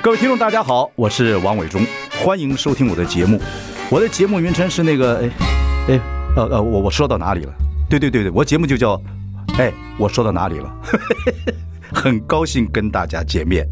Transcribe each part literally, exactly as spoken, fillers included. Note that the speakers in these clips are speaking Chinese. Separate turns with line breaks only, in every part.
各位听众大家好，我是王伟忠，欢迎收听我的节目。我的节目名称是那个哎哎呃呃我我说到哪里了？对对对对，我节目就叫哎我说到哪里了？很高兴跟大家见面。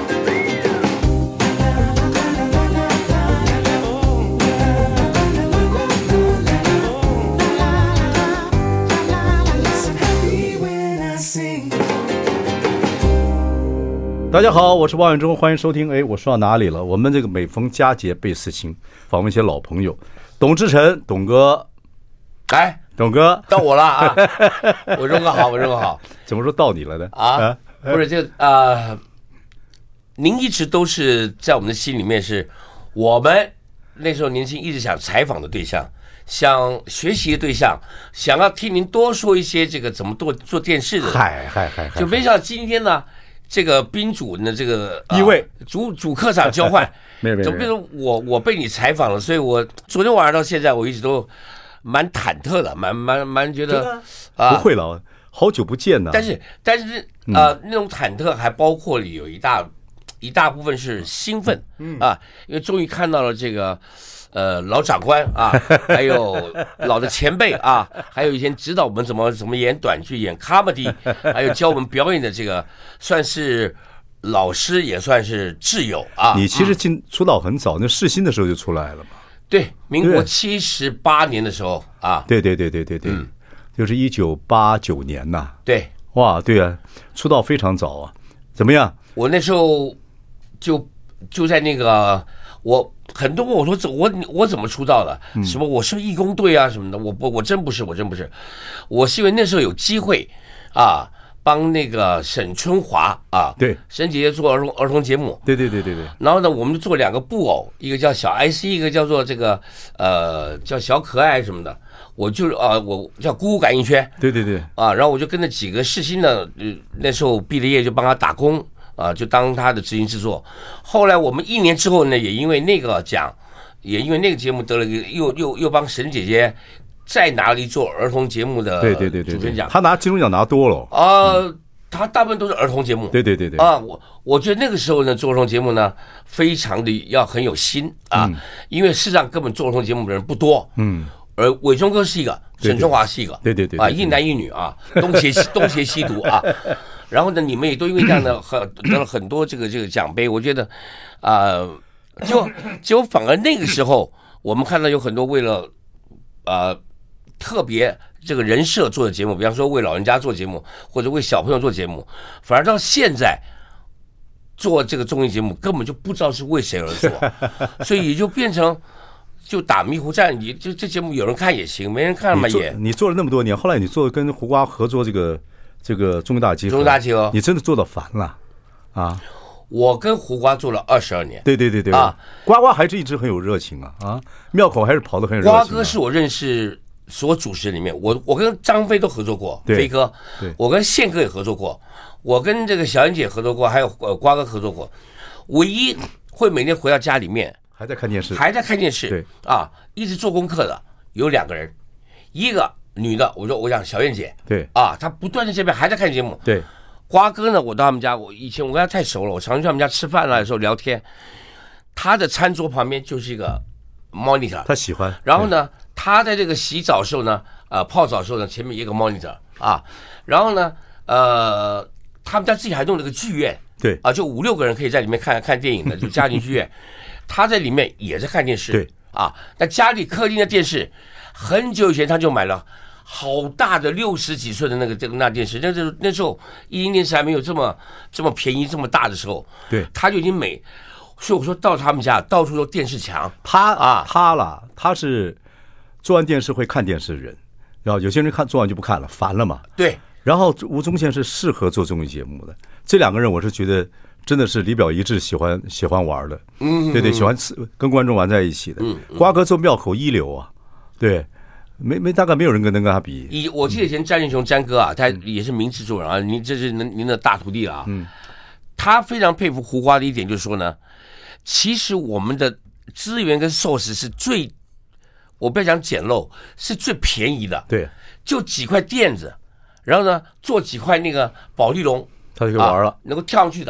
大家好，我是王远忠，欢迎收听。哎，我说到哪里了？我们这个每逢佳节倍思亲，访问一些老朋友，董志成，董哥，
哎，
董哥，
到我了啊！我忠哥好，我忠哥好。
怎么说到你了呢？
啊，啊不是这个啊、呃，您一直都是在我们的心里面，是我们那时候年轻一直想采访的对象，想学习的对象，想要听您多说一些这个怎么做做电视的。
嗨嗨嗨嗨！
就没想到今天呢。这个宾主呢，这个
一位、呃、
主主客场交换，
没有没有，
怎么变成我我被你采访了？所以我昨天晚上到现在，我一直都蛮忐忑的，蛮蛮蛮觉得
啊，不会了，好久不见呢。
但是但是啊、呃，那种忐忑还包括里有一大一大部分是兴奋啊，因为终于看到了这个。呃，老长官啊，还有老的前辈啊，还有以前指导我们怎么怎么演短剧、演 comedy， 还有教我们表演的这个，算是老师，也算是挚友啊。
你其实进出道很早，那世新的时候就出来了嘛。
对，民国七十八年的时候啊。
对对对对对对，嗯、就是一九八九年呐。
对，
哇，对啊，出道非常早啊。怎么样？
我那时候就就在那个我。很多问我说我我怎么出道的？什么我是义工队啊什么的？我不我真不是我真不是，我是因为那时候有机会啊，帮那个沈春华啊，
对，
沈姐姐做儿童儿童节目，
对对对对对。
然后呢，我们就做两个布偶，一个叫小 I C， 一个叫做这个呃叫小可爱什么的。我就啊、呃，我叫姑姑感应圈，
对对对
啊，然后我就跟着几个世新的，呃、那时候毕了业就帮他打工。啊，就当他的执行制作。后来我们一年之后呢，也因为那个奖，也因为那个节目得了一个，又又又帮沈姐姐再拿了一座儿童节目的主持人奖。
他拿金钟奖拿多了
啊、呃，他大部分都是儿童节目。
对对对对。
啊，我我觉得那个时候呢，做儿童节目呢，非常的要很有心啊，嗯、因为事实上根本做儿童节目的人不多。嗯。而伟忠哥是一个，沈春华是一个，
对对对
啊，一男一女啊，东邪东邪西毒啊。然后呢，你们也都因为这样的很得了很多这个这个奖杯，我觉得，啊、呃，就就反而那个时候，我们看到有很多为了呃特别这个人设做的节目，比方说为老人家做节目，或者为小朋友做节目，反而到现在做这个综艺节目根本就不知道是为谁而做，所以也就变成。就打迷糊战，你就这节目有人看也行，没人看嘛也。
你做了那么多年，后来你做跟胡瓜合作这个这个中大集合，
中大集合，
你真的做到烦了啊！
我跟胡瓜做了二十二年，
对对对对啊，瓜瓜还是一直很有热情啊啊，庙口还是跑得很有热情、啊。
瓜哥是我认识所有主持人里面，我我跟张飞都合作过，飞哥，我跟宪哥也合作过，我跟这个小燕姐合作过，还有呃瓜哥合作过，唯一会每天回到家里面。
还在看电视，
还在看电视，
对
啊，一直做功课的有两个人，一个女的，我说我讲小燕姐，
对
啊，她不断的这边还在看节目，
对，
瓜哥呢，我到他们家，我以前我跟他太熟了，我常去他们家吃饭啊，有时候聊天，他的餐桌旁边就是一个 monitor，
他喜欢，
然后呢，他在这个洗澡时候呢，呃，泡澡时候呢，前面一个 monitor 啊，然后呢，呃，他们家自己还弄了个剧院，
对
啊，就五六个人可以在里面看看电影的，就家庭剧院。他在里面也在看电视，
对
啊，那家里客厅的电视，很久以前他就买了好大的六十几寸的那个这个那电视，那时候那时候液晶电视还没有这么这么便宜这么大的时候，
对，
他就已经美，所以我说到他们家到处都电视墙，
他啊他了，他是做完电视会看电视的人，然后有些人看做完就不看了，烦了嘛，
对，
然后吴宗宪是适合做综艺节目的，这两个人我是觉得。真的是里表一致，喜欢喜欢玩的，嗯，对对，喜欢跟观众玩在一起的。嗯，瓜哥做庙口一流啊，对，没没大概没有人跟能跟他比。
以我记得以前詹俊雄詹哥啊，他也是名制作人啊，您这是您您的大徒弟啊，嗯，他非常佩服胡瓜的一点就是说呢，其实我们的资源跟 source 是最，我不要讲简陋，是最便宜的，
对，
就几块垫子，然后呢做几块那个保丽龙，
他就可以玩了、
啊，能够跳上去的。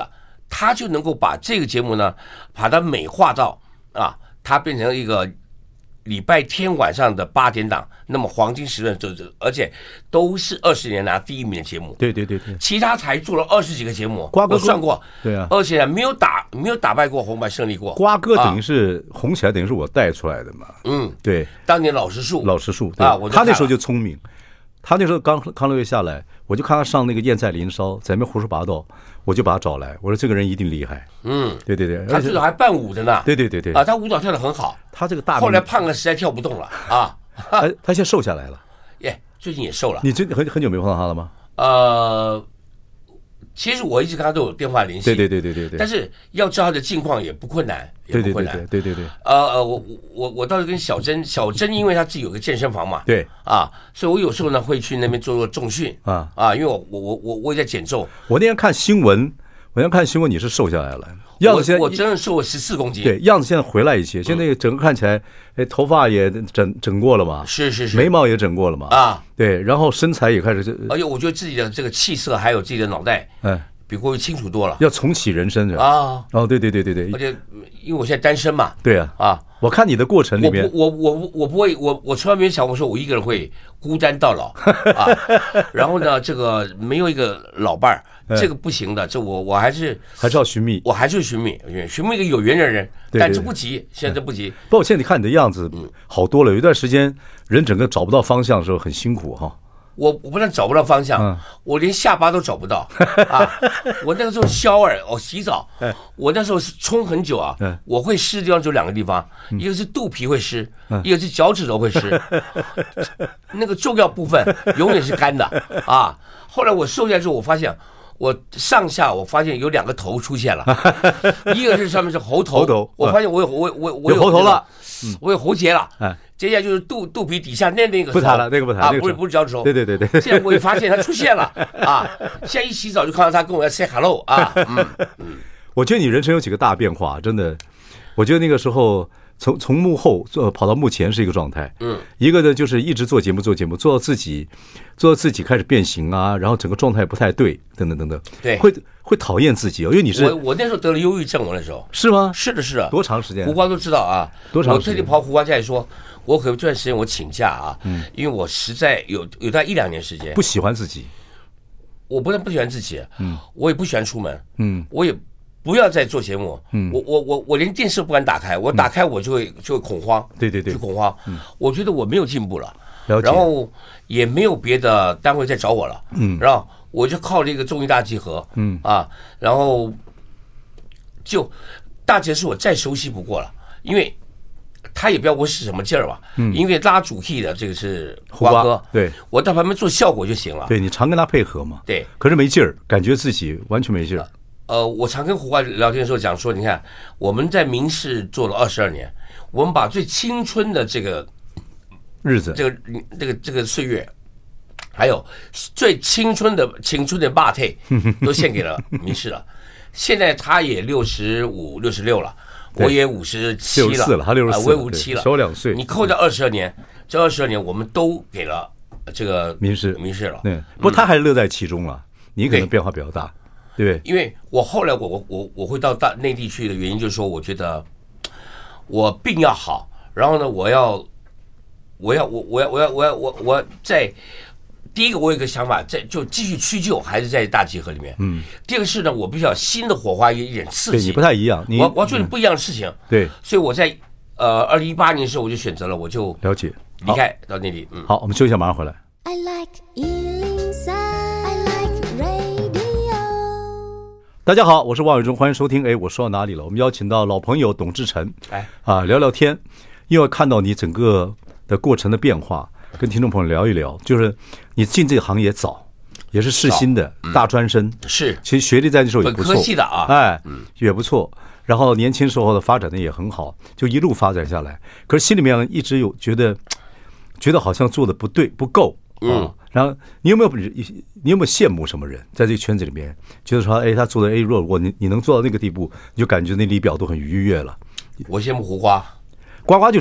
他就能够把这个节目呢，把它美化到啊，它变成一个礼拜天晚上的八点档，那么黄金时段这这，而且都是二十年拿第一名的节目。
对对对对，
其他台做了二十几个节目，
瓜哥
我算过，
对啊，
而且没有打没有打败过红白胜利过。
瓜哥等于是红起来，等于是我带出来的嘛。
嗯，
对，
当年老实树，
老实树
啊，我
他那时候就聪明。他那时候刚康乐队下来，我就看他上那个燕在林梢，在那边胡说八道，我就把他找来，我说这个人一定厉害。
嗯，
对对对，
他至少还伴舞的呢。
对对对对，
啊，他舞蹈跳得很好。
他这个大
后来胖了，实在跳不动了啊。
他他现在瘦下来了。
耶，最近也瘦了。
你这很很久没碰到他了吗？
呃，其实我一直跟他都有电话联系。
对对对对对对。
但是要知道他的近况也不困难，也不困难。
对对对对对。
呃呃，我我我倒是跟小珍，小珍因为她自己有个健身房嘛。
对。
啊，所以我有时候呢会去那边做做重训啊啊，因为我我我我我也在减重。
我那天看新闻，我那天看新闻，你是瘦下来了。样子现在
我真的瘦了十四公斤，
对，样子现在回来一些，现在整个看起来，哎，头发也整整过了嘛，
是是是，
眉毛也整过了嘛，啊，对，然后身材也开始，
而且我觉得自己的这个气色还有自己的脑袋，嗯，比过去清楚多了，
要重启人生是吧？啊，哦，对对对对对，
而且因为我现在单身嘛，
对啊，啊，我看你的过程里面，
我我我我不会，我我从来没想过说我一个人会孤单到老啊，然后呢，这个没有一个老伴儿。这个不行的，这我我还是
还是要寻觅，
我还是寻觅寻觅一个有缘的人，但这不急，现在不急。
不过现在你看你的样子好多了，有一段时间人整个找不到方向的时候很辛苦哈。
我我不但找不到方向，嗯、我连下巴都找不到啊！我那个时候消耳，我洗澡，我那时候是冲很久啊。嗯、我会湿的地方就两个地方，嗯、一个是肚皮会湿，嗯、一个是脚趾头会湿。那个重要部分永远是干的啊！后来我瘦下来之后，我发现我上下我发现有两个头出现了，一个是上面是猴头，
猴头，
我发现我有我我我
有猴头了，
我有喉结了。接下来就是肚肚皮底下那那个
不谈了，那个不谈
啊，不是不是脚趾头，
对对对对。
现在我也发现它出现了啊！现在一洗澡就看到他跟我要 say hello 啊。嗯
嗯，我觉得你人生有几个大变化，真的。我觉得那个时候从从幕后做跑到幕前是一个状态，嗯，一个呢就是一直做节目做节目，做到自己做到自己开始变形啊，然后整个状态不太对，等等等等，
对，
会会讨厌自己，因为你是
我我那时候得了忧郁症，我那时候
是吗？
是的，是的，
多长时间？
胡瓜都知道啊，
多长时间？
我特地跑胡瓜家里说。我可有段时间我请假啊，嗯，因为我实在有有大概一两年时间
不喜欢自己，
我不但不喜欢自己，嗯，我也不喜欢出门，嗯，我也不要再做节目，嗯，我我我我连电视不敢打开，我打开我就会就会恐慌，
对对对，
就恐慌，嗯，我觉得我没有进步了，了解，然后也没有别的单位在找我了，嗯，然后我就靠这个综艺大集合，嗯啊，然后就大集合是我再熟悉不过了，因为。他也不知道我使什么劲儿吧，嗯，因为拉主 key 的这个是瓜哥，
对，
我到旁边做效果就行了。
对你常跟他配合嘛，
对，
可是没劲儿，感觉自己完全没劲儿。
呃，我常跟胡瓜聊天的时候讲说，你看我们在民视做了二十二年，我们把最青春的这个
日子，
这个这个这个岁月，还有最青春的青春的霸退，都献给了民视了。现在他也六十五、六十六了。我也五十七了，
了他六十四，
我也五十七了，
小两岁。
你扣掉二十二年，这二十二年我们都给了这个
民视，
民视了。
对，不过他还是乐在其中了。你可能变化比较大，对不对？
因为我后来我我我我会到大内地去的原因，就是说我觉得我病要好，然后呢，我要我要我我要我要我要我我在。第一个，我有一个想法，在就继续屈就，还是在大集合里面。嗯。第二个是呢，我必须要新的火花，有一点刺激。
对你不太一样，你
我我要做点不一样的事情。
对。
所以我在呃二零一八年的时候，我就选择了，我就
了解
离开到内地。嗯。
好，我们休息一下，马上回来。I like 一零三 I like radio。大家好，我是王伟忠，欢迎收听。哎，我说到哪里了？我们邀请到老朋友董志成，哎啊聊聊天，因为看到你整个的过程的变化。跟听众朋友聊一聊，就是你进这个行业早，也是世新的大专生，
是，
其实学历在那时候也不错，
本科系的啊，
哎，也不错。然后年轻时候的发展的也很好，就一路发展下来。可是心里面一直有觉得，觉得好像做的不对，不够，嗯。然后你有没有你有没有羡慕什么人在这个圈子里面，觉得说，哎，他做的，哎，如果你你能做到那个地步，你就感觉那里表都很愉悦了。
我羡慕胡瓜，
瓜瓜就是。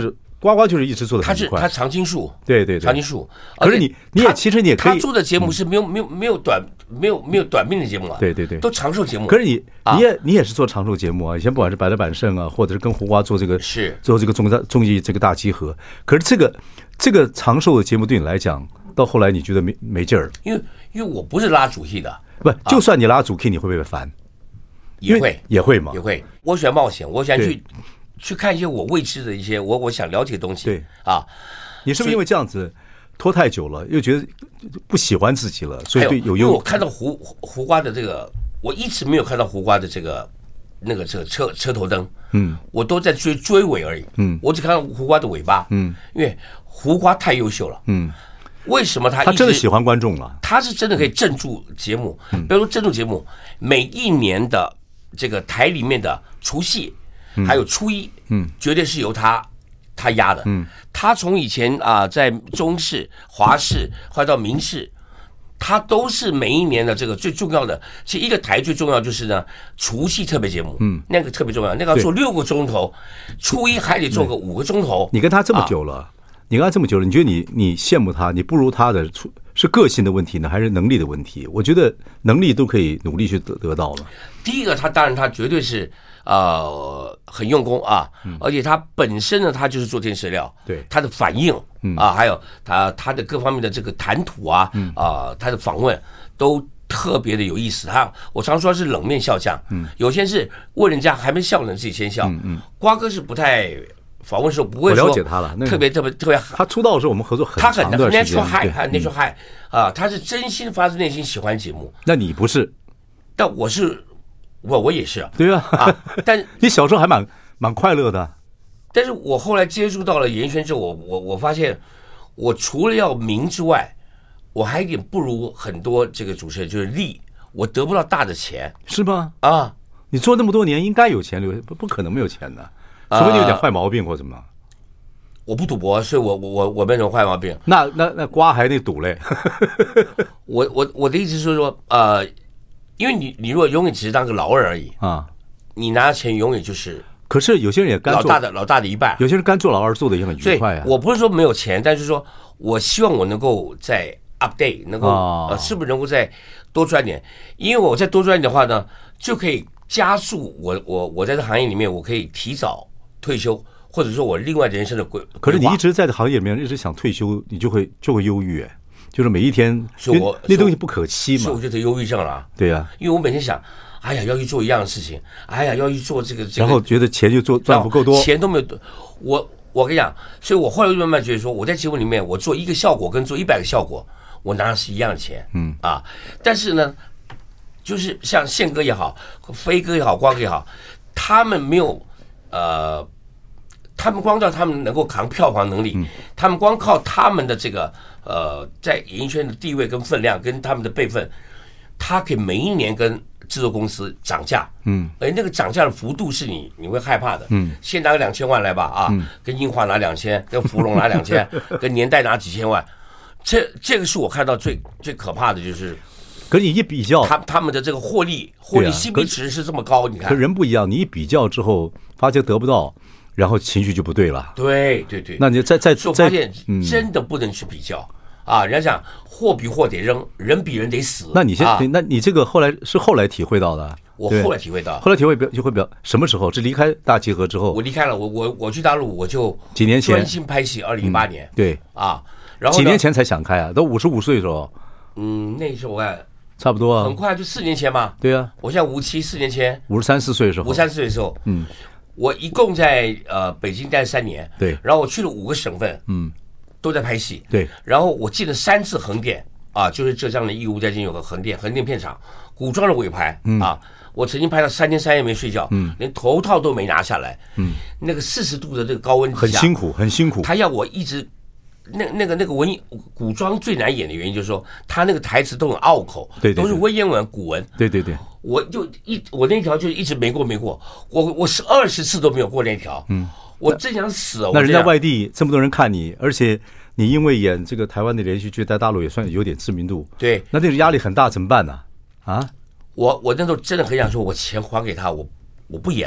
呱呱就是一直做的
他是
很快，
他常青树，
对对对，
常青树。
可是你你也其实你也可以，
他做的节目是没有没有没有短没有没有短命的节目啊，
对对对，
都长寿节目。
可是你你也你也是做长寿节目啊，以前不管是百乐百胜啊，或者是跟胡瓜做这个
是
做这个综综艺这个大集合，可是这个这个长寿的节目对你来讲，到后来你觉得没没劲儿？
因为因为我不是拉主 key 的，
不，就算你拉主 key，你会不会烦？
也会
也会嘛，
也会。我喜欢冒险，我喜欢去去看一些我未知的一些我我想了解的东西。
对
啊，
你是不是因为这样子拖太久了，又觉得不喜欢自己了，所以对有
因为我看到胡胡瓜的这个，我一直没有看到胡瓜的这个那个这个车车头灯，嗯，我都在追追尾而已，嗯，我只看到胡瓜的尾巴，嗯，因为胡瓜太优秀了，嗯。为什么他
他真的喜欢观众了？
他是真的可以镇住节目，比如说镇住节目，每一年的这个台里面的除夕，还有初一，嗯，绝对是由他他压的，嗯，他从以前啊在中视、华视，后来到民视，他都是每一年的这个最重要的。其实一个台最重要就是呢除夕特别节目，嗯，那个特别重要，那个要做六个钟头，初一还得做个五个钟头。
你跟他这么久了。你跟他这么久了，你觉得你你羡慕他，你不如他的是个性的问题呢，还是能力的问题？我觉得能力都可以努力去得得到了。
第一个，他当然他绝对是呃很用功啊，而且他本身呢，他就是做电视料，
对
他的反应啊，还有他他的各方面的这个谈吐啊，啊，他的访问都特别的有意思。他我常说是冷面笑匠，嗯，有些是问人家还没笑呢，自己先笑。嗯嗯，瓜哥是不太。访问时候不会说，
我了解他了，
特别特别特别。
他出道的时候我们合作很
长
的时间，
他很 natural high，还 natural high 啊，他是真心发自内心喜欢节目。
那你不是？
但我是，我我也是啊。
对啊，
啊，但
你小时候还蛮蛮快乐的。
但是我后来接触到了演艺圈之后，我我我发现，我除了要名之外，我还有点不如很多这个主持人，就是利，我得不到大的钱，
是吗？
啊，
你做那么多年，应该有钱留，不不可能没有钱的。除非你有点坏毛病或什么，
我不赌博，所以我我我我没什么坏毛病。
那那那瓜还得赌嘞。
我我我的意思是说，呃，因为你你如果永远只是当个老二而已啊，你拿的钱永远就是。
可是有些人也干
做老大的老大的一半，
有些人干做老二做的也很愉快啊。
我不是说没有钱，但是说我希望我能够在 update， 能够、哦、呃，是不是能够再多赚点？因为我再多赚点的话呢，就可以加速我我我在这行业里面，我可以提早。退休，或者说我另外人生的规，
可是你一直在这行业里面一直想退休，你就会就会忧郁，哎，就是每一天，
所以我
那东西不可期嘛，
所以我就得忧郁症了、啊。
对呀、啊，
因为我每天想，哎呀，要去做一样的事情，哎呀，要去做这个，这个、
然后觉得钱就做赚不够多，
钱都没有。我我跟你讲，所以我后来就慢慢觉得说，我在节目里面，我做一个效果跟做一百个效果，我拿的是一样的钱，嗯啊，但是呢，就是像宪哥也好，飞哥也好，光哥也好，他们没有呃。他们光靠他们能够扛票房能力，嗯、他们光靠他们的这个呃，在演艺圈的地位跟分量，跟他们的辈分，他可以每一年跟制作公司涨价，嗯，而那个涨价的幅度是你你会害怕的，嗯，先拿个两千万来吧，啊，嗯、跟樱花拿两千，跟芙蓉拿两千，跟年代拿几千万，这这个是我看到最最可怕的，就是。
可你一比较，
他他们的这个获利获利 C P 值是这么高，你看，
可人不一样，你一比较之后，发现得不到。然后情绪就不对了，
对对对，
那你再再
再发现真的不能去比较、嗯、啊！人家讲货比货得扔，人比人得死。
那你现、
啊、
那你这个后来是后来体会到的？
我后来体会到，
后来体会就会表什么时候？是离开大集合之后？
我离开了，我我我去大陆，我就
几年前
专心拍戏。二零一八年、
嗯，对
啊，然后
几年前才想开啊，都五十五岁的时候。
嗯，那时候我看
差不多啊，
很快就四年前嘛。
对啊，
我现在五七四年前，
五十三四岁的时候，
五三四岁的时候，嗯。我一共在呃北京待三年，
对，
然后我去了五个省份，嗯，都在拍戏，
对，
然后我进了三次横店啊，就是浙江的义乌在这有个横店，横店片场，古装的尾拍、嗯、啊，我曾经拍到三天三夜没睡觉，嗯，连头套都没拿下来，嗯，那个四十度的这个高温底下，
很辛苦，很辛苦，
他要我一直。那那个那个文艺古装最难演的原因就是说，他那个台词都很拗口，
对对对，
都是文言文、古文，
对对对。
我就一我那条就一直没过没过，我我是二十次都没有过那条，嗯，我真想死。
那人家外地这么多人看你，而且你因为演这个台湾的连续剧，在大陆也算有点知名度，
对，
那那个压力很大，怎么办呢？啊，
我我那时候真的很想说，我钱还给他，我我不演了。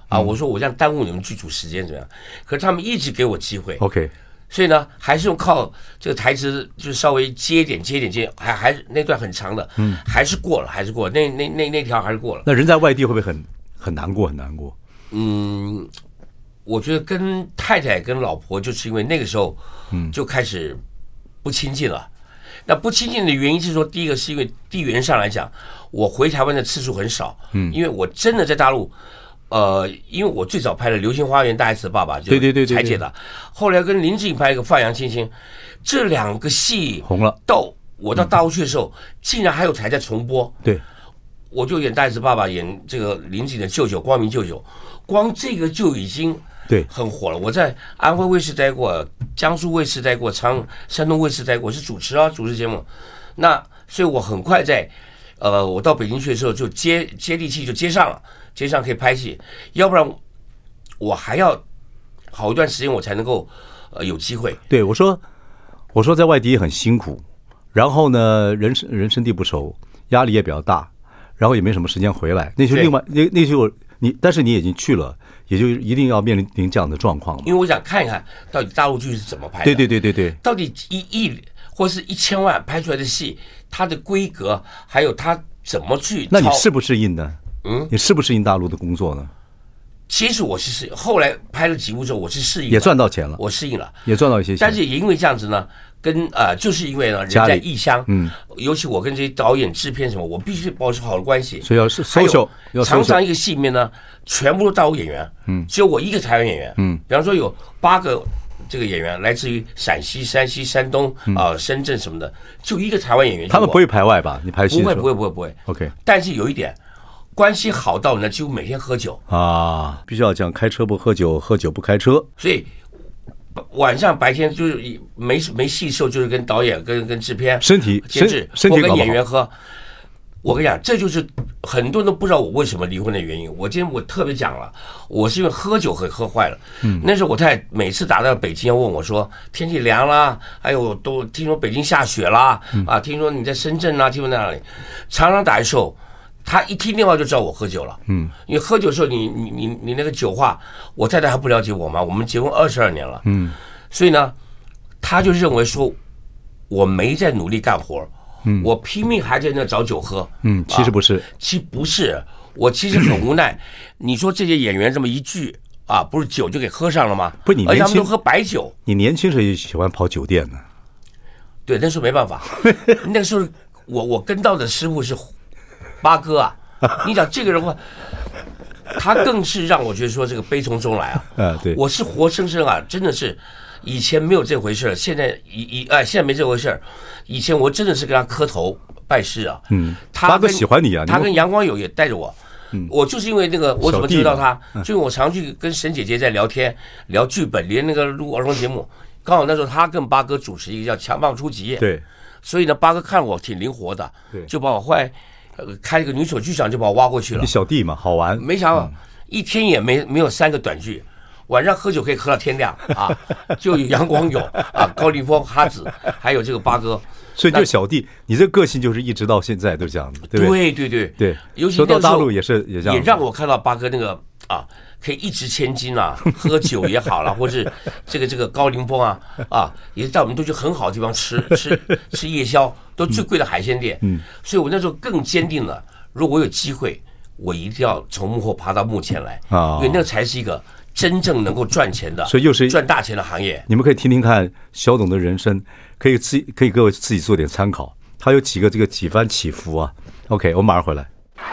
啊，我说我这样耽误你们剧组时间怎么样？可是他们一直给我机会
，OK，
所以呢，还是用靠这个台词，就稍微接一点接一点接，还还那段很长的，嗯，还是过了，还是过了，那那那那条还是过了。
那人在外地会不会很很难过，很难过？
嗯，我觉得跟太太跟老婆就是因为那个时候，嗯，就开始不亲近了。那不亲近的原因是说，第一个是因为地缘上来讲，我回台湾的次数很少，嗯，因为我真的在大陆。呃，因为我最早拍了《流星花园》《大 S 的爸爸》，就柴姐的，后来跟林志颖拍一个《放羊亲亲》，这两个戏
红了。
到我到大陆去的时候，竟然还有台在重播。
对，
我就演《大 S 爸爸》，演这个林志颖的舅舅光明舅舅，光这个就已经对很火了。我在安徽卫视待过，江苏卫视待过，长山东卫视待过，是主持啊，主持节目。那所以我很快在呃，我到北京去的时候就接接地气就接上了。街上可以拍戏，要不然我还要好一段时间我才能够呃有机会。
对我说，我说在外地也很辛苦，然后呢人人生地不熟，压力也比较大，然后也没什么时间回来。那就另外那那就你，但是你已经去了，也就一定要面临这样的状况嘛。
因为我想看一看到底大陆剧是怎么拍的。
对对对对对，
到底一亿或是一千万拍出来的戏，它的规格还有它怎么去？
那你适不适应呢？
嗯，
你适不适应大陆的工作呢？
其实我是适应，后来拍了几部之后，我是适应，
也赚到钱了，
我适应了，
也赚到一些钱。
但是也因为这样子呢，跟呃，就是因为呢，人在异乡，嗯，尤其我跟这些导演、制片什么，我必须保持好的关系，
所以要是 social，
常常一个戏里面呢，全部都大陆演员，嗯，只有我一个台湾演员，嗯，比方说有八个这个演员来自于陕西、山西、山东啊、呃、深圳什么的，就一个台湾演员，
他们不会排外吧？你拍戏
不会不会不会不会
，OK。
但是有一点。关系好到呢，几乎每天喝酒
啊，必须要讲开车不喝酒，喝酒不开车。
所以晚上白天就是没没戏的时候，就是跟导演、跟跟制片、
身体
监制，
身体
我跟演员喝。我跟你讲，这就是很多人都不知道我为什么离婚的原因。我今天我特别讲了，我是因为喝酒喝喝坏了。嗯，那时候我太太每次打到北京要问我说天气凉啦，还有都听说北京下雪啦，嗯、啊，听说你在深圳啊，听说在哪里，常常打的时候。他一听电话就知道我喝酒了，嗯，因为喝酒的时候你，你你你你那个酒话，我太太还不了解我吗？我们结婚二十二年了，嗯，所以呢，他就认为说我没在努力干活，嗯，我拼命还在那找酒喝，
嗯，其实不是，啊、
其实不是，我其实很无奈。你说这些演员这么一句啊，不是酒就给喝上了吗？
不，你年轻，
而且他们都喝白酒。
你年轻时候也喜欢跑酒店呢，
对，那时候没办法，那个时候我我跟到的师傅是。八哥啊，你讲这个人话，他更是让我觉得说这个悲从中来啊。
啊，对，
我是活生生啊，真的是以前没有这回事，现在以以哎现在没这回事。以前我真的是跟他磕头拜师啊。嗯，
八哥喜欢你啊，
他跟杨光友也带着我。嗯，我就是因为那个我怎么知道他，就因为我常去跟沈姐姐在聊天，聊剧本，连那个录儿童节目。刚好那时候他跟八哥主持一个叫《强棒出击》。
对，
所以呢，八哥看我挺灵活的，对，就把我后来。呃，开了个女手剧场就把我挖过去了。
小弟嘛，好玩。
没想到、嗯、一天也没没有三个短剧，晚上喝酒可以喝到天亮啊！就有杨光友啊、高凌风、哈子，还有这个八哥。
所以就小弟，你这个个性就是一直到现在都这样子，对不对？
对对对
对。
尤其
到大陆也是也这样，
也让我看到八哥那个啊，可以一掷千金啊，喝酒也好了，或是这个这个高凌风啊啊，也是带我们都去很好的地方吃吃吃夜宵。都最贵的海鲜店，嗯，所以我那时候更坚定了，如果我有机会，我一定要从幕后爬到幕前来啊，因为那才是一个真正能够赚钱的，
所以又是
赚大钱的行业。
你们可以听听看小董的人生，可以自可以给我自己做点参考。他有几个这个几番起伏啊。OK， 我马上回来。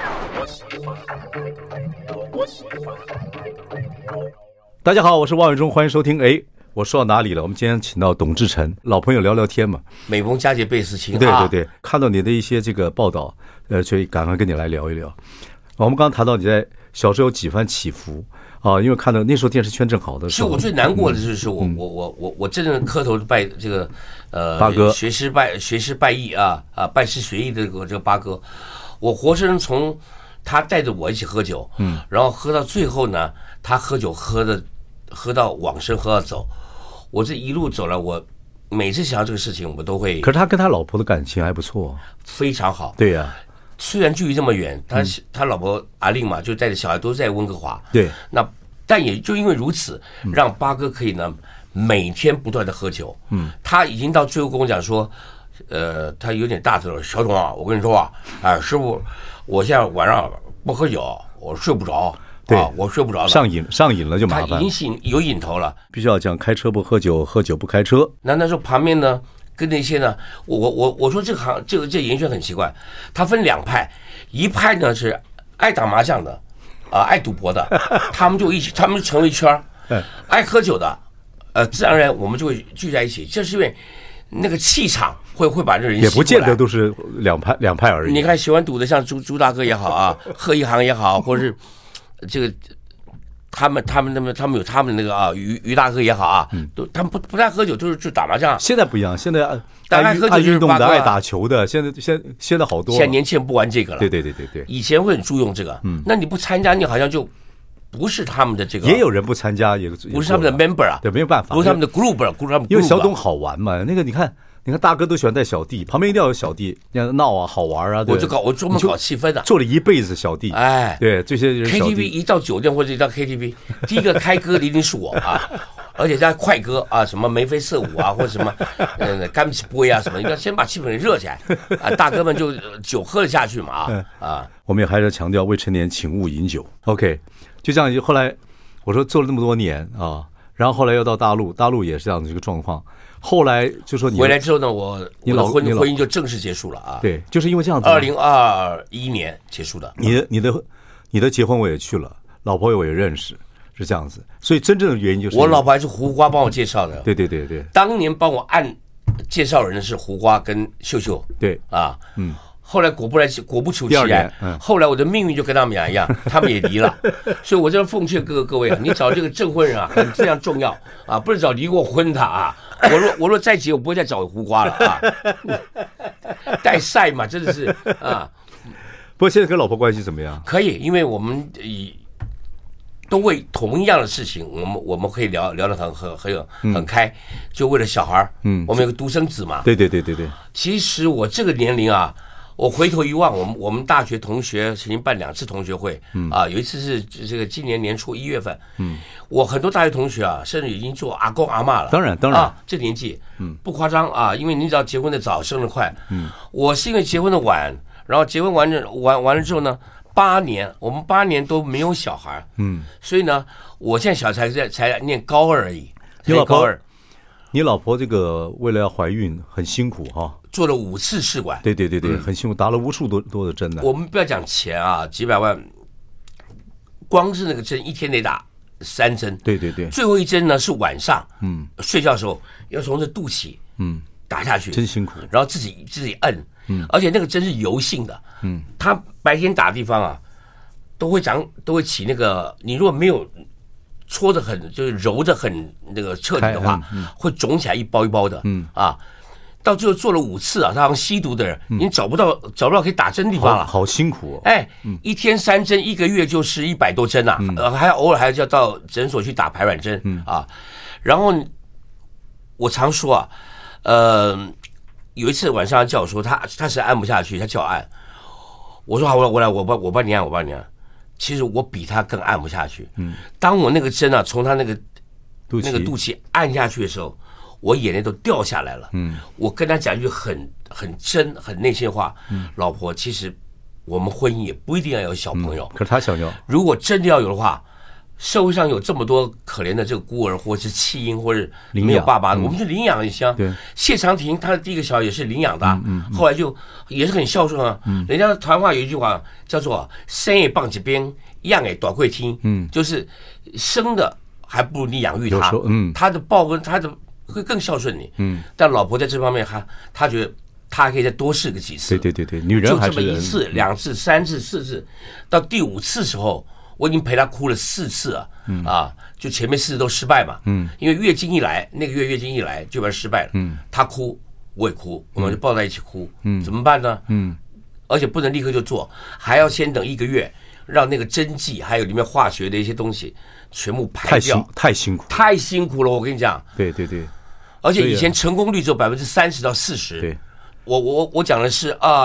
大家好，我是汪伟忠，欢迎收听。哎。我说到哪里了？我们今天请到董志成，老朋友聊聊天嘛。
每逢佳节倍思亲。
对对对，看到你的一些这个报道，呃，所以赶快跟你来聊一聊。我们刚刚谈到你在小时候有几番起伏啊，因为看到那时候电视圈正好的时候。
是我最难过的就是我、嗯、我我我我真正磕头拜这个呃
八哥
学师拜学师拜艺啊啊拜师学艺的这个这个八哥，我活生生从他带着我一起喝酒，嗯，然后喝到最后呢，他喝酒喝的喝到往生喝到走。我这一路走来，我每次想到这个事情，我都会。
可是他跟他老婆的感情还不错，
非常好。
对呀、啊，
虽然距离这么远，他、嗯、他老婆阿令嘛，就带着小孩都在温哥华。
对，
那但也就因为如此，让八哥可以呢每天不断的喝酒。嗯，他已经到最后跟我讲说，呃，他有点大头了，小董啊，我跟你说啊，哎，师傅，我现在晚上不喝酒，我睡不着。
对、
啊，我睡不着了，
上瘾上瘾了就麻烦。
他已经有瘾头了，
必须要讲开车不喝酒，喝酒不开车。
那那时候旁边呢，跟那些呢，我我我我说这个行这个这个演艺圈很奇怪，他分两派，一派呢是爱打麻将的，啊、呃，爱赌博的，他们就一起，他们就成为一圈儿；爱喝酒的，呃，自然而然我们就会聚在一起，这是因为那个气场会会把这人
也不见得都是两派两派而已。
你看喜欢赌的，像朱朱大哥也好啊，贺一航也好，或者是。这个他们他们那么他们有他们那个啊于于大哥也好啊，都他们不不太喝酒，就是就打麻将。
现在不一样，现在
爱喝酒
运动的、爱打球的，现在现现在好多。
现在年轻人不玩这个了。
对对对对对。
以前会很注重这个，嗯，那你不参加，你好像就不是他们的这个。
也有人不参加，也
不是他们的 member 啊，
对，没有办法，
不是他们的 group，group 他们。
因为小董好玩嘛，那个你看。你看大哥都喜欢带小弟，旁边一定要有小弟，那闹啊，好玩啊。
我就搞，我专门搞气氛的、啊，
做了一辈子小弟。哎，对，这些人
K T V 一到酒店或者一到 K T V， 第一个开歌的一定是我啊，而且在快歌啊，什么眉飞色舞啊，或者什么呃干起杯啊什么，你要先把气氛给热起来啊，大哥们就酒喝了下去嘛啊啊。
我们也还是强调未成年请勿饮酒。OK， 就这样，后来我说做了那么多年啊，然后后来又到大陆，大陆也是这样的一个状况。后来就说你
回来之后呢，我我的婚婚姻就正式结束了啊。
对，就是因为这样子。
二零二一年结束的。
你的你的你的结婚我也去了，老婆我也认识，是这样子。所以真正的原因就是
我老婆还是胡瓜帮我介绍的。
对对对对，
当年帮我按介绍人的是胡瓜跟秀秀。
对啊，
嗯。后来果不然，果不出其然，嗯、后来我的命运就跟他们俩一样，他们也离了。所以我这奉劝各个各位啊，你找这个证婚人啊，很非常重要啊，不是找离过婚的啊。我若我若再结，我不会再找胡瓜了啊。带赛嘛，真的是啊。
不过现在跟老婆关系怎么样？
可以，因为我们以都为同一样的事情，我们我们可以聊聊得很很很有很开，就为了小孩嗯，我们有个独生子嘛。
对对对对对。
其实我这个年龄啊。我回头一望，我们我们大学同学曾经办两次同学会，嗯啊，有一次是这个今年年初一月份，嗯，我很多大学同学啊，甚至已经做阿公阿嬷了，
当然当然
啊，这年纪，嗯，不夸张啊，因为你只要结婚的早，生的快，嗯，我是因为结婚的晚，然后结婚完了完完了之后呢，八年，我们八年都没有小孩，嗯，所以呢，我现在小孩才才念高二而已，
念
高二。
你老婆这个为了要怀孕很辛苦哈，
做了五次试管，
对对对对，嗯、很辛苦，打了无数多多的针呢。
我们不要讲钱啊，几百万，光是那个针一天得打三针，
对对对，
最后一针呢是晚上，嗯，睡觉的时候要从这肚脐，嗯，打下去，
真辛苦，
然后自己自己摁，嗯，而且那个针是油性的，嗯，它白天打的地方啊，都会长，都会起那个，你如果没有。搓得很，就是揉得很那个彻底的话，嗯、会肿起来一包一包的。嗯啊，到最后做了五次啊，他好像吸毒的人，已经找不到找不到可以打针的地方了，
好, 好辛苦哦。
哎，嗯、一天三针，一个月就是一百多针呐、啊，嗯、呃，还偶尔还要到诊所去打排卵针。嗯啊，然后我常说啊，呃，有一次晚上叫我说他他实在按不下去，他叫我按，我说好，我我来，我帮我帮你按，我帮你按。其实我比他更按不下去。嗯，当我那个针啊从他那个那个肚脐按下去的时候，我眼泪都掉下来了。嗯，我跟他讲一句很很真、很内心的话。嗯，老婆，其实我们婚姻也不一定要有小朋友。
嗯、可是他想要。
如果真的要有的话，社会上有这么多可怜的这个孤儿，或是弃婴，或是没有爸爸的，我们就领养一下。
对，
谢长廷他的第一个小孩也是领养的，嗯嗯，后来就也是很孝顺啊。嗯，人家的谈话有一句话叫做“生也棒几边，养也短会听”，嗯，就是生的还不如你养育他，嗯，他的报恩，他的会更孝顺你，嗯。但老婆在这方面，他他觉得他还可以再多试个几次，
对对对对，女人还是
就这么一次、两次、三次、四次，到第五次时候。我已经陪他哭了四次啊，嗯、啊，就前面四次都失败嘛，嗯，因为月经一来，那个月月经一来就把失败了，嗯，他哭我也哭，我们就抱在一起哭，嗯，怎么办呢？嗯，而且不能立刻就做，还要先等一个月，让那个针剂还有里面化学的一些东西全部排掉，
太辛苦，
太辛苦了，我跟你讲，
对对对，
而且以前成功率只有百分之三十到四十，
对，
我我我讲的是二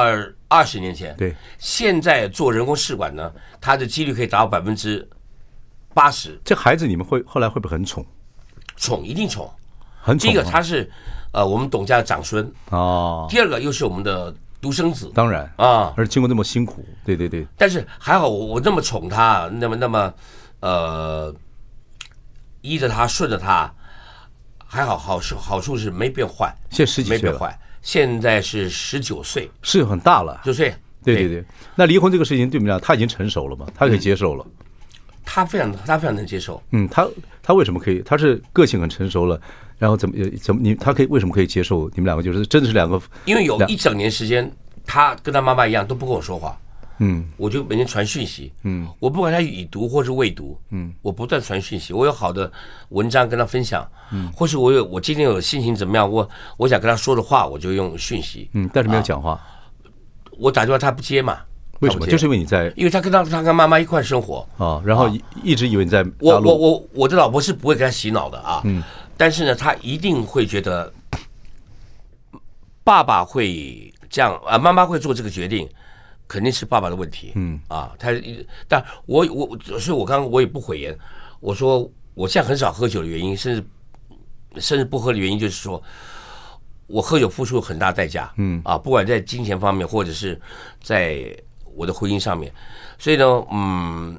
二十年前，
对，
现在做人工试管呢，它的几率可以达到百分之八十。
这孩子你们会后来会不会很宠？
宠一定宠，
很宠、啊。
第一个他是呃我们董家的长孙
哦，
第二个又是我们的独生子，
当然
啊，
而经过那么辛苦，对对对。
但是还好我我那么宠他，那么那么呃依着他顺着他，还好好处好处是没变坏，
现在十几岁了，
没变坏。现在是十九岁，
是很大了，
九岁。
对对对，那离婚这个事情对我们俩，他已经成熟了嘛，他可以接受了。嗯、
他非常，他非常能接受。
嗯，他他为什么可以？他是个性很成熟了，然后怎么怎么你他可以为什么可以接受你们两个？就是真的是两个，
因为有一整年时间，他跟他妈妈一样都不跟我说话。
嗯，
我就每天传讯息。
嗯，
我不管他已读或是未读，嗯，我不断传讯息。我有好的文章跟他分享，嗯，或是我有我今天有心情怎么样，我我想跟他说的话，我就用讯息。
嗯，但是没有讲话。啊、
我打电话他不接嘛？
为什么？就是因为你在，
因为他跟他他跟妈妈一块生活
啊，然后一直以为你在大陆。
我我我我的老婆是不会给他洗脑的啊，嗯，但是呢，他一定会觉得爸爸会这样啊，妈妈会做这个决定。肯定是爸爸的问题，嗯啊，他，但我我所以，我刚刚我也不讳言，我说我现在很少喝酒的原因，甚至甚至不喝的原因，就是说我喝酒付出很大代价，嗯啊，不管在金钱方面，或者是在我的婚姻上面，所以呢，嗯，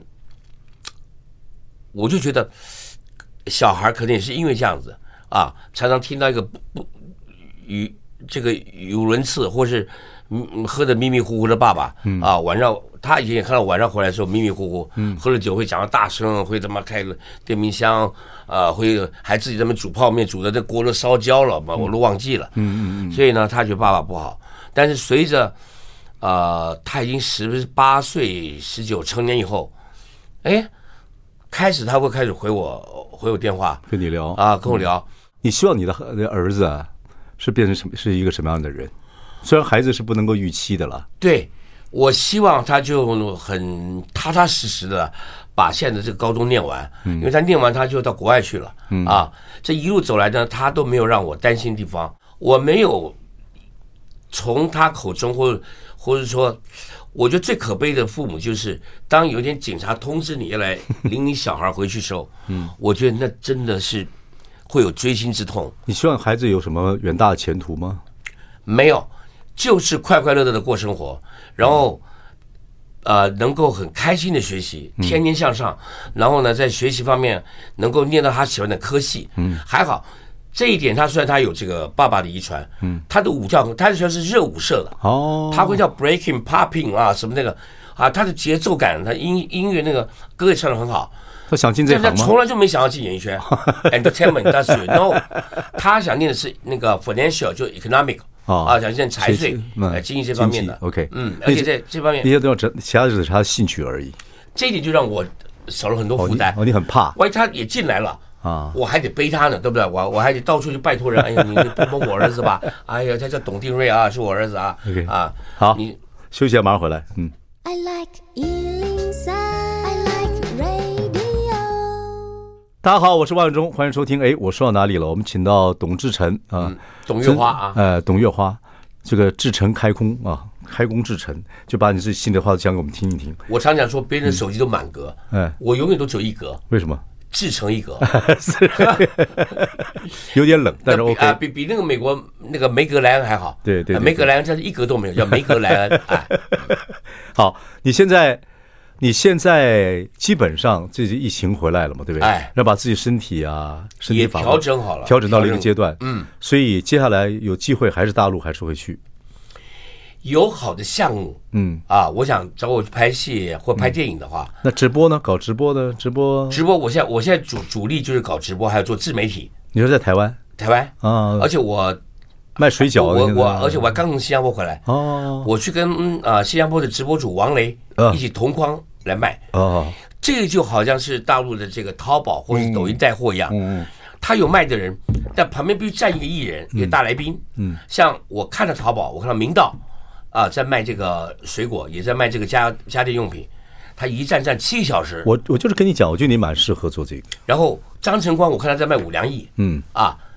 我就觉得小孩可能也是因为这样子啊，常常听到一个不不语这个语无伦次，或是。嗯，喝的迷迷糊糊的爸爸，嗯啊，晚上他以前也看到晚上回来的时候迷迷糊糊，嗯，喝了酒会讲到大声，会他妈开了电冰箱，啊，会还自己在那边煮泡面，煮的这锅都烧焦了嘛，我都忘记了，嗯嗯嗯，所以呢，他觉得爸爸不好，但是随着，呃，他已经十八岁、十九成年以后，哎，开始他会开始回我回我电话，
跟你聊
啊，跟我聊，
嗯、你希望你的儿子啊是变成什么是一个什么样的人？虽然孩子是不能够预期的了，
对，我希望他就很踏踏实实的把现在的这个高中念完，嗯，因为他念完他就到国外去了，嗯啊，这一路走来呢，他都没有让我担心的地方，我没有从他口中或者或者说，我觉得最可悲的父母就是当有一天警察通知你要来领你小孩回去的时候，嗯，我觉得那真的是会有锥心之痛。
你希望孩子有什么远大的前途吗？
没有。就是快快乐乐的过生活，然后，呃，能够很开心的学习，天天向上，然后呢，在学习方面能够念到他喜欢的科系，嗯，还好，这一点他虽然他有这个爸爸的遗传，嗯，他的舞跳，他的学校是热舞社的，哦，他会叫 breaking popping 啊什么那个啊，他的节奏感，他音音乐那个歌也唱得很好。
他想进这行吗？
但他从来就没想要进演艺圈，entertainment industry no， 他想念的是那个 financial 就 economic。啊，想现财税，呃，经济这方面的
，OK，
嗯，而且在这方面，
那些都要其他只是他的兴趣而已。
这一点就让我少了很多负担。
哦，你很怕，
万一他也进来了啊，我还得背他呢，对不对？我我还得到处去拜托人，哎呀，你帮帮我儿子吧，哎呀，他叫董定瑞啊，是我儿子啊，OK 啊，
好，你休息一下，马上回来，嗯。
I like 一零三 I like radio。
大家好，我是万永忠，欢迎收听。哎，我说到哪里了？我们请到董志成啊。嗯
董月花啊，
呃，董月花，这个至诚开空啊，开工至诚，就把你自己心里的话讲给我们听一听。
我常讲说，别人的手机都满格，嗯，我永远都只有一格。
为什么？
至诚一格，
有点冷，但是 OK
啊，比比那个美国那个梅格莱恩还好。
对 对, 对，
梅格莱恩这是一格都没有，叫梅格莱恩。哎，
好，你现在。你现在基本上这疫情回来了嘛，对不对？
哎，
要把自己身体啊，身体
也调整好了，
调整到了一个阶段。嗯，所以接下来有机会还是大陆还是会去。
有好的项目，嗯啊，我想找我去拍戏或拍电影的话，
嗯、那直播呢？搞直播的直播，
直播，我现在我现在主主力就是搞直播，还有做自媒体。
你说在台湾？
台湾
啊，
而且我
卖水饺，
我我而且我还刚从新加坡回来哦，我去跟啊、呃、新加坡的直播主王雷、啊、一起同框。来卖哦，这个就好像是大陆的这个淘宝或者是抖音带货一样，嗯嗯，他有卖的人，但旁边必须站一个艺人，一个大来宾，嗯，像我看到淘宝，我看到明道啊在卖这个水果，也在卖这个家家电用品，他一站站七个小时。
我我就是跟你讲，我觉得你蛮适合做这个。
然后张晨光，我看他在卖五粮液，嗯啊，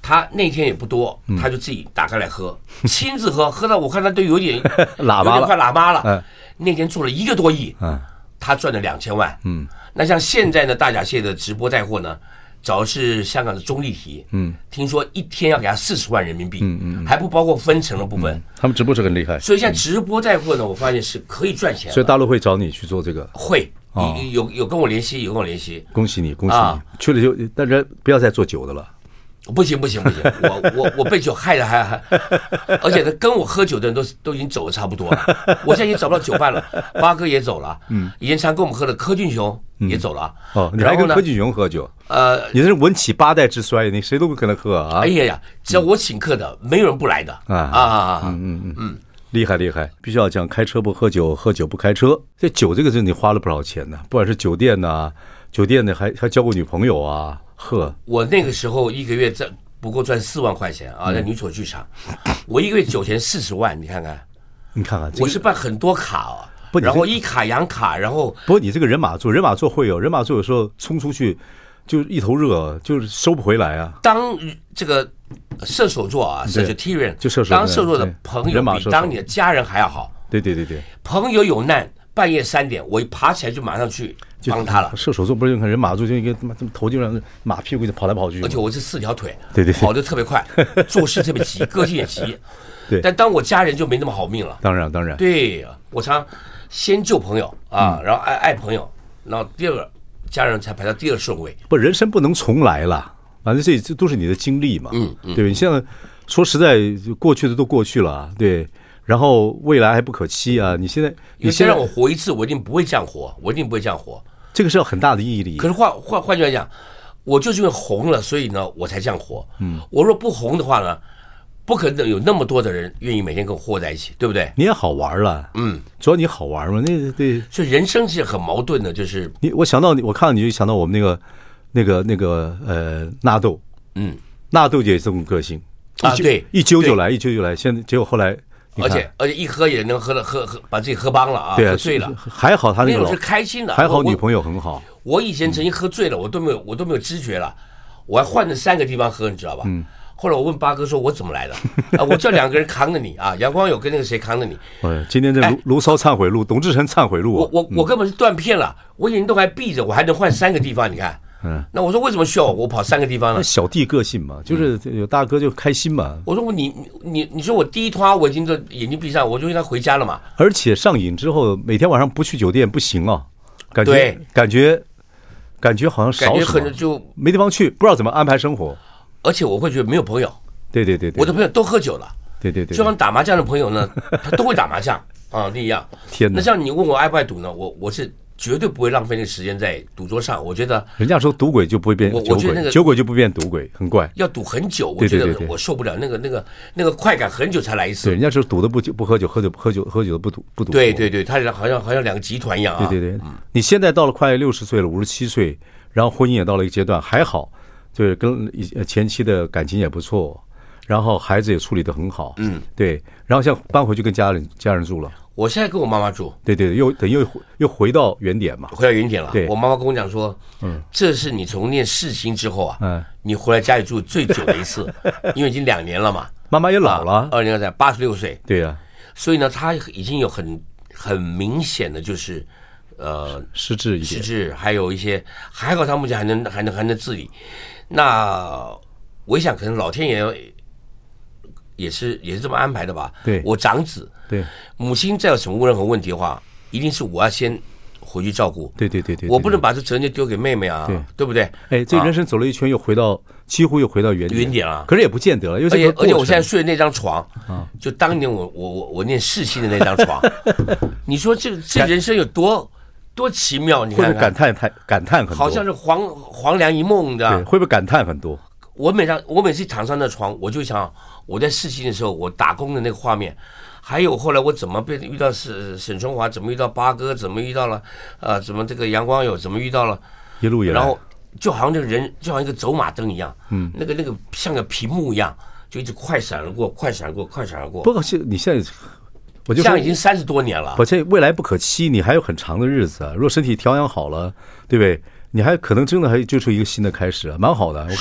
他那天也不多，他就自己打开来喝，亲自喝，喝到我看他都有点
喇叭了，
有点快喇叭了。
嗯，
那天做了一个多亿，
嗯，
他赚了两千万。
嗯，
那像现在呢，大闸蟹的直播带货呢，找的是香港的中立体，
嗯，
听说一天要给他四十万人民币，嗯嗯，还不包括分成的部分。
他们直播是很厉害，
所以像直播带货呢，我发现是可以赚钱的。
所以大陆会找你去做这个，
会。
哦
有有有跟我联系，有跟我联系，
恭喜你，恭喜你！
啊
去了就，但是不要再做酒的了。
不行不行不行，我我我被酒害的还还，而且呢，跟我喝酒的人都都已经走的差不多了，我现在也找不到酒伴了。八哥也走了，嗯，以前常跟我们喝的柯俊雄也走了。
哦，你还跟柯俊雄喝酒？
呃，
你这是文起八代之衰，你谁都不可能喝啊！
哎呀呀，只要我请客的，没有人不来的啊啊啊！嗯嗯嗯嗯。
厉害厉害，必须要讲开车不喝酒，喝酒不开车。这酒这个是你花了不少钱呢，不管是酒店呐、啊，酒店呢还还交过女朋友啊，呵。
我那个时候一个月赚不够赚四万块钱啊，在女所剧场，我一个月酒钱四十万，你看看，
你看看，
我是办很多卡啊，
不，
然后一卡养卡，然后
不过你这个人马座，人马座会有人马座，有时候冲出去就一头热，就是收不回来啊。
当这个。射手座啊 ，Sagittarian，
就射手，
当射手座的朋友比当你的家人还要好。
对对对对，
朋友有难，半夜三点，我一爬起来就马上去帮他了。
射手座不是人马座就一个这么头就让马屁股就跑来跑去，
而且我是四条腿，
对对，
跑得特别快，做事特别急，个性也急。
对，
但当我家人就没那么好命了。
当然当然，
对我常先救朋友啊，然后爱爱朋友，然后第二个家人才排到第二顺位。
不，人生不能重来了。反正这这都是你的经历嘛，
嗯嗯，
对，你现在说实在，过去的都过去了，对，然后未来还不可期啊！你现在，
你先让我活一次，我一定不会这样活，我一定不会这样活。
这个是要很大的毅力。
可是换换换句来讲，我就是因为红了，所以呢，我才这样活。嗯，我若不红的话呢，不可能有那么多的人愿意每天跟我和在一起，对不对？
你也好玩了，嗯，主要你好玩嘛，那对。
所以人生是很矛盾的，就是
你，我想到你，我看到你就想到我们那个。那个那个呃，纳豆，
嗯，
纳豆也这种个性
啊，对，
一揪就来，一揪就来。现在结果后来，
而且而且一喝也能喝了喝喝，把自己喝帮了啊，
对啊，
喝醉了。
还好他那个
那种是开心的，
还好女朋友很好。
我以前曾经喝醉了，我都没有我都没有知觉了，我还换了三个地方喝，你知道吧？嗯。后来我问八哥说：“我怎么来的？啊，我叫两个人扛着你啊，阳光有跟那个谁扛着你。
哎，今天这卢卢骚忏悔录，董志成忏悔录，
我我我根本是断片了，我眼睛都还闭着，我还能换三个地方，你看。”嗯，那我说为什么需要我跑三个地方呢？
小弟个性嘛，就是有大哥就开心嘛。
我说你你你说我第一趟我已经都眼睛闭上，我就应该回家了嘛。
而且上瘾之后，每天晚上不去酒店不行啊，感觉感觉感觉好像少什么，
就
没地方去，不知道怎么安排生活。
而且我会觉得没有朋友。
对对对对，
我的朋友都喝酒了。
对对对，
就像打麻将的朋友呢，他都会打麻将啊，那一样。
天哪！
那像你问我爱不爱赌呢？我我是。绝对不会浪费那个时间在赌桌上，我觉得。
人家说赌鬼就不会变酒鬼，那个酒鬼就不变赌鬼，很怪。
要赌很久，我觉得我受不了那个那个那个快感，很久才来一次。
对，人家说赌的不不喝酒，喝酒喝酒喝酒的不赌不赌。
对对对，他好像好像两个集团一样啊。
对对对，嗯、你现在到了快六十岁了，五十七岁，然后婚姻也到了一个阶段，还好，就是跟前妻的感情也不错，然后孩子也处理得很好。嗯，对，然后像搬回去跟家人家人住了。
我现在跟我妈妈住，
对对，又等又又回到原点嘛，
回到原点了。
对，
我妈妈跟我讲说，嗯，这是你从念世新之后啊，嗯，你回来家里住最久的一次，因为已经两年了嘛。
妈妈也老了，
二零二三八十六岁，
对呀、啊，
所以呢，她已经有很很明显的就是，呃，
失智一点，
失智，还有一些还好，她目前还能还能还能自理。那我想，可能老天爷也是也是这么安排的吧？
对，
我长子。
对，
母亲再有什么任何问题的话，一定是我要先回去照顾。
对对对 对, 对，
我不能把这责任就丢给妹妹啊，对, 对不对？
哎，这人生走了一圈，又回到、啊、几乎又回到原点
原点了。
可是也不见得了，因为
而且而且我现在睡的那张床，啊、就当年我我我我念世新的那张床，你说这这人生有多多奇妙？你看看，
会不会感叹太感叹很多？
好像是黄黄粱一梦的，
对，会不会感叹很多？
我每张我每次躺上那床，我就想我在世新的时候，我打工的那个画面。还有后来我怎么被遇到沈沈春华，怎么遇到八哥，怎么遇到了呃，怎么这个杨光友，怎么遇到了
一路以来，
然后就好像这个人就好像一个走马灯一样，嗯，那个那个像个屏幕一样，就一直快闪而过，快闪而过，快闪而过。
不过现你现在，我就
这样已经三十多年了。
我这未来不可期，你还有很长的日子啊。如果身体调养好了，对不对？你还可能真的还就是一个新的开始啊，蛮好的。我看到、啊、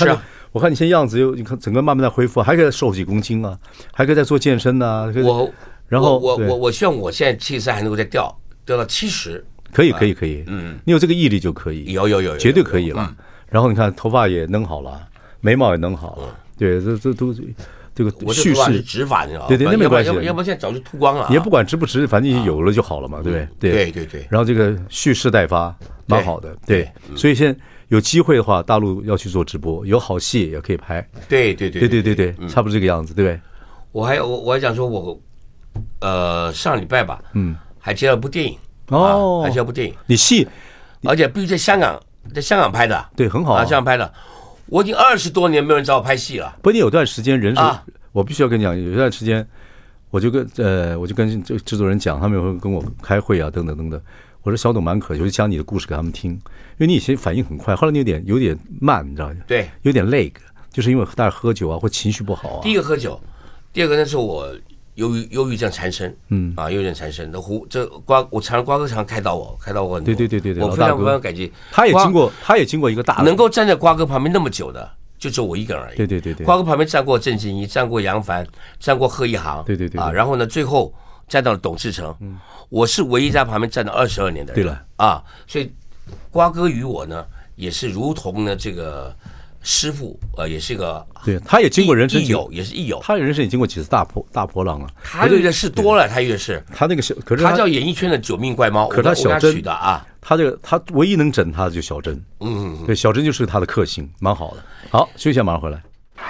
我看你现在样子又你看整个慢慢在恢复，还可以再瘦几公斤啊，还可以再做健身呐、啊。
我
然后
我我我我希望我现在七十三还能够再掉掉到七十。
可以可以可以，嗯，你有这个毅力就可以，
有有有，
绝对可以了。然后你看头发也弄好了，眉毛也弄好了，对，这这都这个蓄势
植发，你知道吗？
对对，那没关系，
要不要不现在早就秃光了。
也不管植不植，反正有了就好了嘛，对不对？
对对对。
然后这个蓄势待发，蛮好的，对。所以现在有机会的话，大陆要去做直播，有好戏也可以拍。
对对对
对对对对，差不多这个样子，对不对？
我还我我还讲说，我呃上礼拜吧，嗯，还接了部电影。
哦，
还是要部电影，
你戏，
而且必须在香港，在香港拍的，
对，很好啊，
香港拍的。我已经二十多年没有人找我拍戏了。
不，你有段时间人是，
啊、
我必须要跟你讲，有一段时间，我就跟呃，我就跟这制作人讲，他们会跟我开会啊，等等等等。我说小董蛮可惜，我就讲你的故事给他们听，因为你以前反应很快，后来你有点有点慢，你知道吗？
对，
有点累，就是因为大家喝酒啊，或情绪不好啊。
第一个喝酒，第二个那时候我。忧郁忧郁症缠身，嗯啊，忧郁症缠身。那胡这瓜，我常瓜哥常开导我，开导我很多。
对对对对对，
我非常非常感激。
他也经过，他也经过一个大的，
能够站在瓜哥旁边那么久的，就只有我一个人而已。
对对对对，
瓜哥旁边站过郑敬一，站过杨凡，站过贺一航。
对对对
啊，然后呢，最后站到了董志成。嗯，我是唯一在旁边站了二十二年的人。
对了
啊，所以瓜哥与我呢，也是如同呢这个。师傅，呃，也是个，
对，他也经过人生
益友，也是益友。
他人生也经过几次大波大波浪了。
他遇的事多了，他遇的事。
他那个小，可是
他叫演艺圈的九命怪猫。
可是他小珍
取的啊，
他这个他唯一能整他的就小珍。嗯，对，小珍就是他的克星，蛮好的。好，休息一下，马上回来。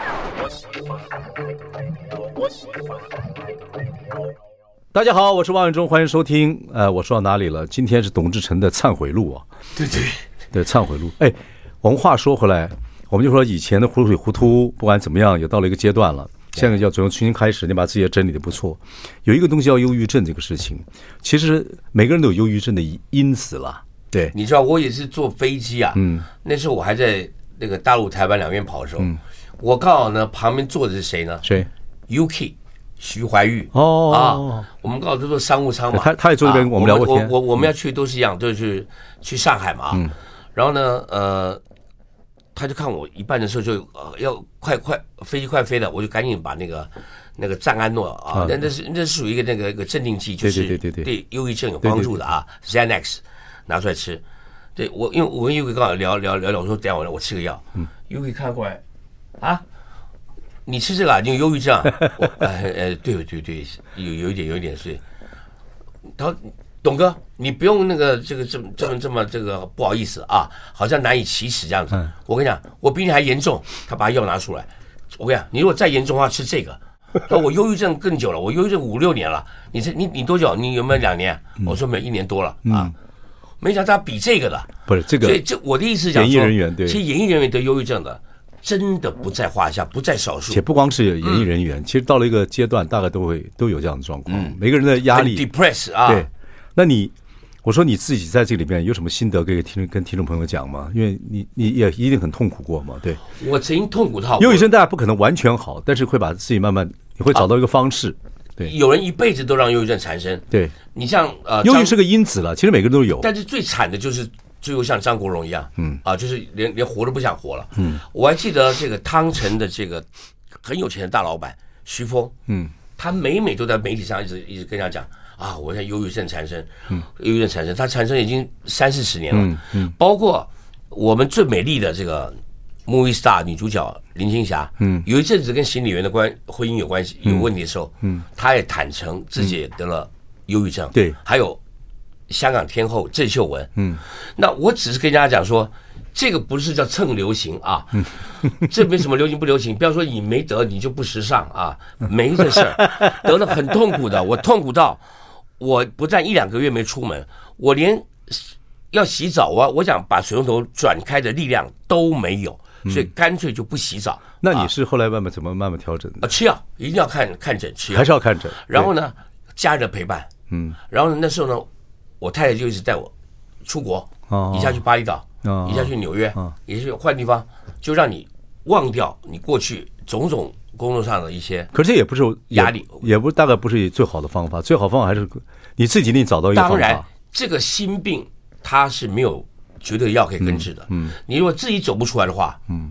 大家好，我是王永忠，欢迎收听。呃，我说到哪里了？今天是董志成的忏悔录啊。
对对
对，忏悔录。哎。我们话说回来，我们就说以前的糊里糊涂，不管怎么样，也到了一个阶段了。现在要从重新开始，你把自己整理的不错。有一个东西叫忧郁症这个事情，其实每个人都有忧郁症的因子啦。对，
你知道我也是坐飞机啊，嗯，那时候我还在那个大陆、台湾两边跑的时候，嗯，我刚好呢旁边坐的是谁呢？
谁
？U K。徐怀钰
哦
啊，我们刚好都坐商务舱嘛，
他他也坐这边，我们聊过天。
我我我们要去都是一样，都是去上海嘛。嗯，然后呢，呃。他就看我一半的时候就呃要快快飞机快飞了，我就赶紧把那个那个赞安诺啊，那那是那是属于一个那个一个镇定剂，就是
对对对
对忧郁症有帮助的啊 ，Xanax 拿出来吃。对我，因为我跟 Uki 刚好聊聊聊聊，我说等下我我吃个药。嗯 ，Uki 看过来啊，你吃这个啊，你有忧郁症啊？我呃呃，对对对，有有一点有一点是。他说。董哥，你不用那个这个这么这么这么这个不好意思啊，好像难以启齿这样子。我跟你讲，我比你还严重。他把药拿出来，我跟你讲，你如果再严重的话，吃这个。那我忧郁症更久了，我忧郁症五六年了。你这你你多久？你有没有两年？我说没有，一年多了啊。没想到他比这个的，
不是这个。
所以这我的意思讲说，
演艺人员对，
其实演艺人员得忧郁症的真的不在话下，不在少数。
且不光是演艺人员，其实到了一个阶段，大概都会都有这样的状况。每个人的压力
，depress 啊，
对。那你，我说你自己在这里面有什么心得可以听跟听众朋友讲吗？因为你你也一定很痛苦过嘛，对。
我曾经痛苦到，
忧郁症大家不可能完全好，但是会把自己慢慢，你会找到一个方式。对，
有人一辈子都让忧郁症缠身。
对，
你像呃，
忧郁是个因子了，其实每个人都有。
但是最惨的就是最后像张国荣一样，嗯啊，就是连连活都不想活了。嗯，我还记得这个汤臣的这个很有钱的大老板徐峰，嗯，他每每都在媒体上一直一直跟人家讲。啊，我在忧郁症缠身，嗯，忧郁症缠身，他缠身已经三四十年了，嗯嗯，包括我们最美丽的这个 movie star 女主角林青霞，嗯，有一阵子跟行李员的关婚姻有关系有问题的时候，嗯，她也坦诚自己也得了忧郁症，
对，
还有香港天后郑秀文，嗯，那我只是跟大家讲说。这个不是叫蹭流行啊，这没什么流行不流行。不要说你没得你就不时尚啊，没这事儿，得了很痛苦的。我痛苦到我不但一两个月没出门，我连要洗澡，我我想把水龙头转开的力量都没有，所以干脆就不洗澡。
那你是后来慢慢怎么慢慢调整的？
啊，吃药一定要看看诊，吃药
还是要看诊。
然后呢，家人的陪伴，嗯，然后呢那时候呢，我太太就一直带我出国，哦，一下去巴厘岛。哦、一下去纽约，哦、也是换地方，就让你忘掉你过去种种工作上的一些。
可是这也不是
压力，
也不大概不是最好的方法。最好方法还是你自己一定找到一个方法。
当然，这个心病它是没有绝对药可以根治的。嗯，嗯你如果自己走不出来的话，嗯，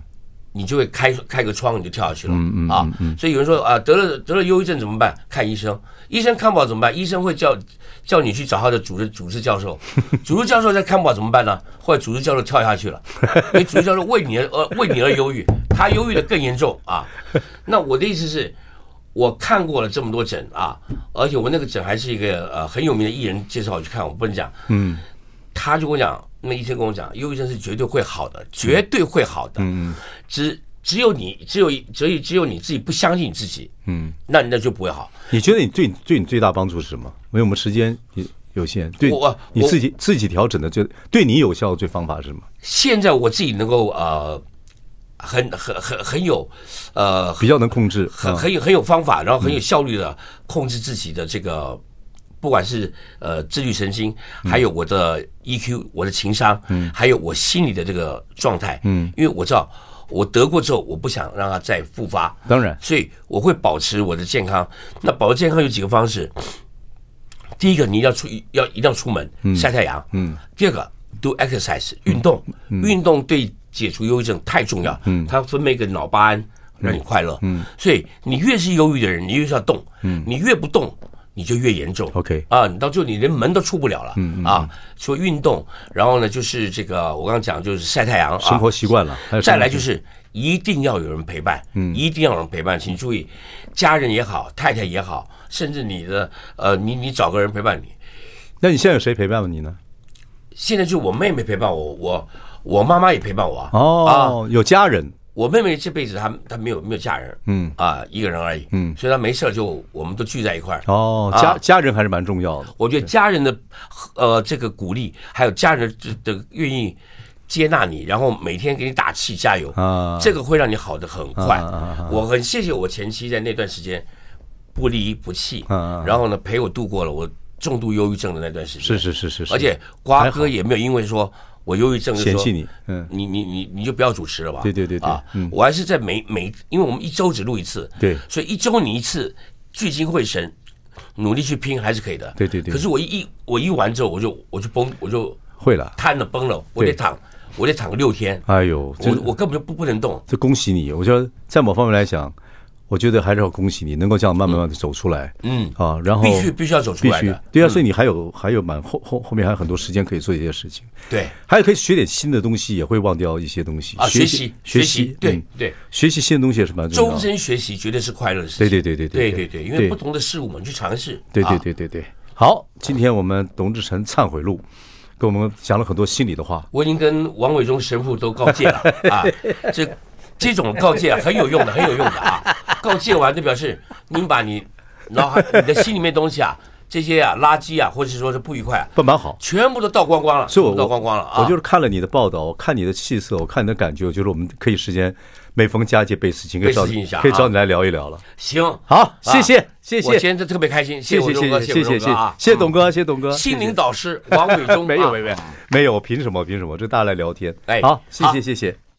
你就会开开个窗，你就跳下去了、嗯嗯、啊。所以有人说啊，得了得了忧郁症怎么办？看医生，医生看不好怎么办？医生会叫叫你去找他的主治主治教授，主治教授再看不好怎么办呢？或者主治教授跳下去了，因为主治教授为你而呃为你而忧郁，他忧郁的更严重啊。那我的意思是，我看过了这么多诊啊，而且我那个诊还是一个呃很有名的艺人介绍我去看，我不能讲，嗯，他就跟我讲。那医生跟我讲，忧郁症是绝对会好的，绝对会好的。嗯，只只有你，只有只有只有你自己不相信你自己，嗯，那那就不会好。
你觉得你对对你最大帮助是什么？因为我们时间有限，对我你自己自己调整的最对你有效的最方法是什么？
现在我自己能够呃，很很很很有呃，
比较能控制，
很很有很有方法，然后很有效率的控制自己的这个。不管是呃自律神经，还有我的 E Q， 我的情商，嗯，还有我心理的这个状态，嗯，因为我知道我得过之后，我不想让它再复发，
当然，
所以我会保持我的健康。那保持健康有几个方式，第一个你一定要出要一定要出门、嗯、晒太阳，嗯，第二个 do exercise 运动，嗯、运动对解除忧郁症太重要，嗯，它分泌一个脑巴胺让你快乐，嗯，所以你越是忧郁的人，你越是要动，嗯，你越不动。你就越严重
，OK
啊，你到最后你连门都出不了了，嗯嗯啊。所以运动，然后呢就是这个我刚刚讲就是晒太阳，
生活习惯了，
啊、再来就是一定要有人陪伴，嗯，一定要有人陪伴，请注意，家人也好，太太也好，甚至你的呃，你你找个人陪伴你。
那你现在有谁陪伴你呢？
现在就我妹妹陪伴我，我我妈妈也陪伴我啊。
哦，啊、有家人。
我妹妹这辈子她她没有没有嫁人，嗯啊一个人而已，嗯，所以她没事就我们都聚在一块儿。
哦，家、啊、家人还是蛮重要的。
我觉得家人的呃这个鼓励，还有家人的的愿意接纳你，然后每天给你打气加油，啊，这个会让你好得很快。啊啊、我很谢谢我前妻在那段时间不离不弃，啊、然后呢陪我度过了我重度忧郁症的那段时间。
是是是是是，
而且瓜哥也没有因为说。我忧郁症就说
嫌弃你，嗯，
你你你你就不要主持了吧？
对对对对，啊，
嗯，我还是在每每，因为我们一周只录一次，
对，
所以一周你一次聚精会神，努力去拼还是可以的。
对对对。
可是我一我一完之后，我就我就崩，我就
会了，
瘫了崩了，我得躺，我得躺个六天。
哎呦，
我我根本就不不能动。
这恭喜你，我觉得在某方面来讲。我觉得还是要恭喜你，能够这样慢慢慢的走出来，嗯啊，然后
必须必须要走出来的，
必须对啊，所以你还有还有蛮后后后面还有很多时间可以做这些事情，
对，
还有可以学点新的东西，也会忘掉一些东西
啊，学习
学习，
对对，
学习新的东西也是蛮重要的，
终身学习绝对是快乐的事
情，对对对对
对对对，因为不同的事物我们去尝试，
对对对对对。好，今天我们董志成忏悔录跟我们讲了很多心里的话，
我已经跟王伟忠神父都告诫了啊，这。这种告诫很有用的，很有用的啊！告诫完就表示您把你脑海、你的心里面东西啊，这些啊垃圾啊，或者是说是不愉快啊，
不蛮好，
全部都倒光光了，
所以我
倒光光了啊！
我就是看了你的报道，我看你的气色，我看你的感觉，我觉得我们可以时间每逢佳节倍思亲，可以找你可以找你来聊一聊了。
行，
好，谢谢谢谢，
我今天特别开心，谢谢
谢谢谢谢谢谢
啊！
谢谢董哥，谢谢董哥，
心灵导师王伟忠，
没有没有没有，凭什么凭什么？这大家来聊天，哎，好，谢谢谢谢。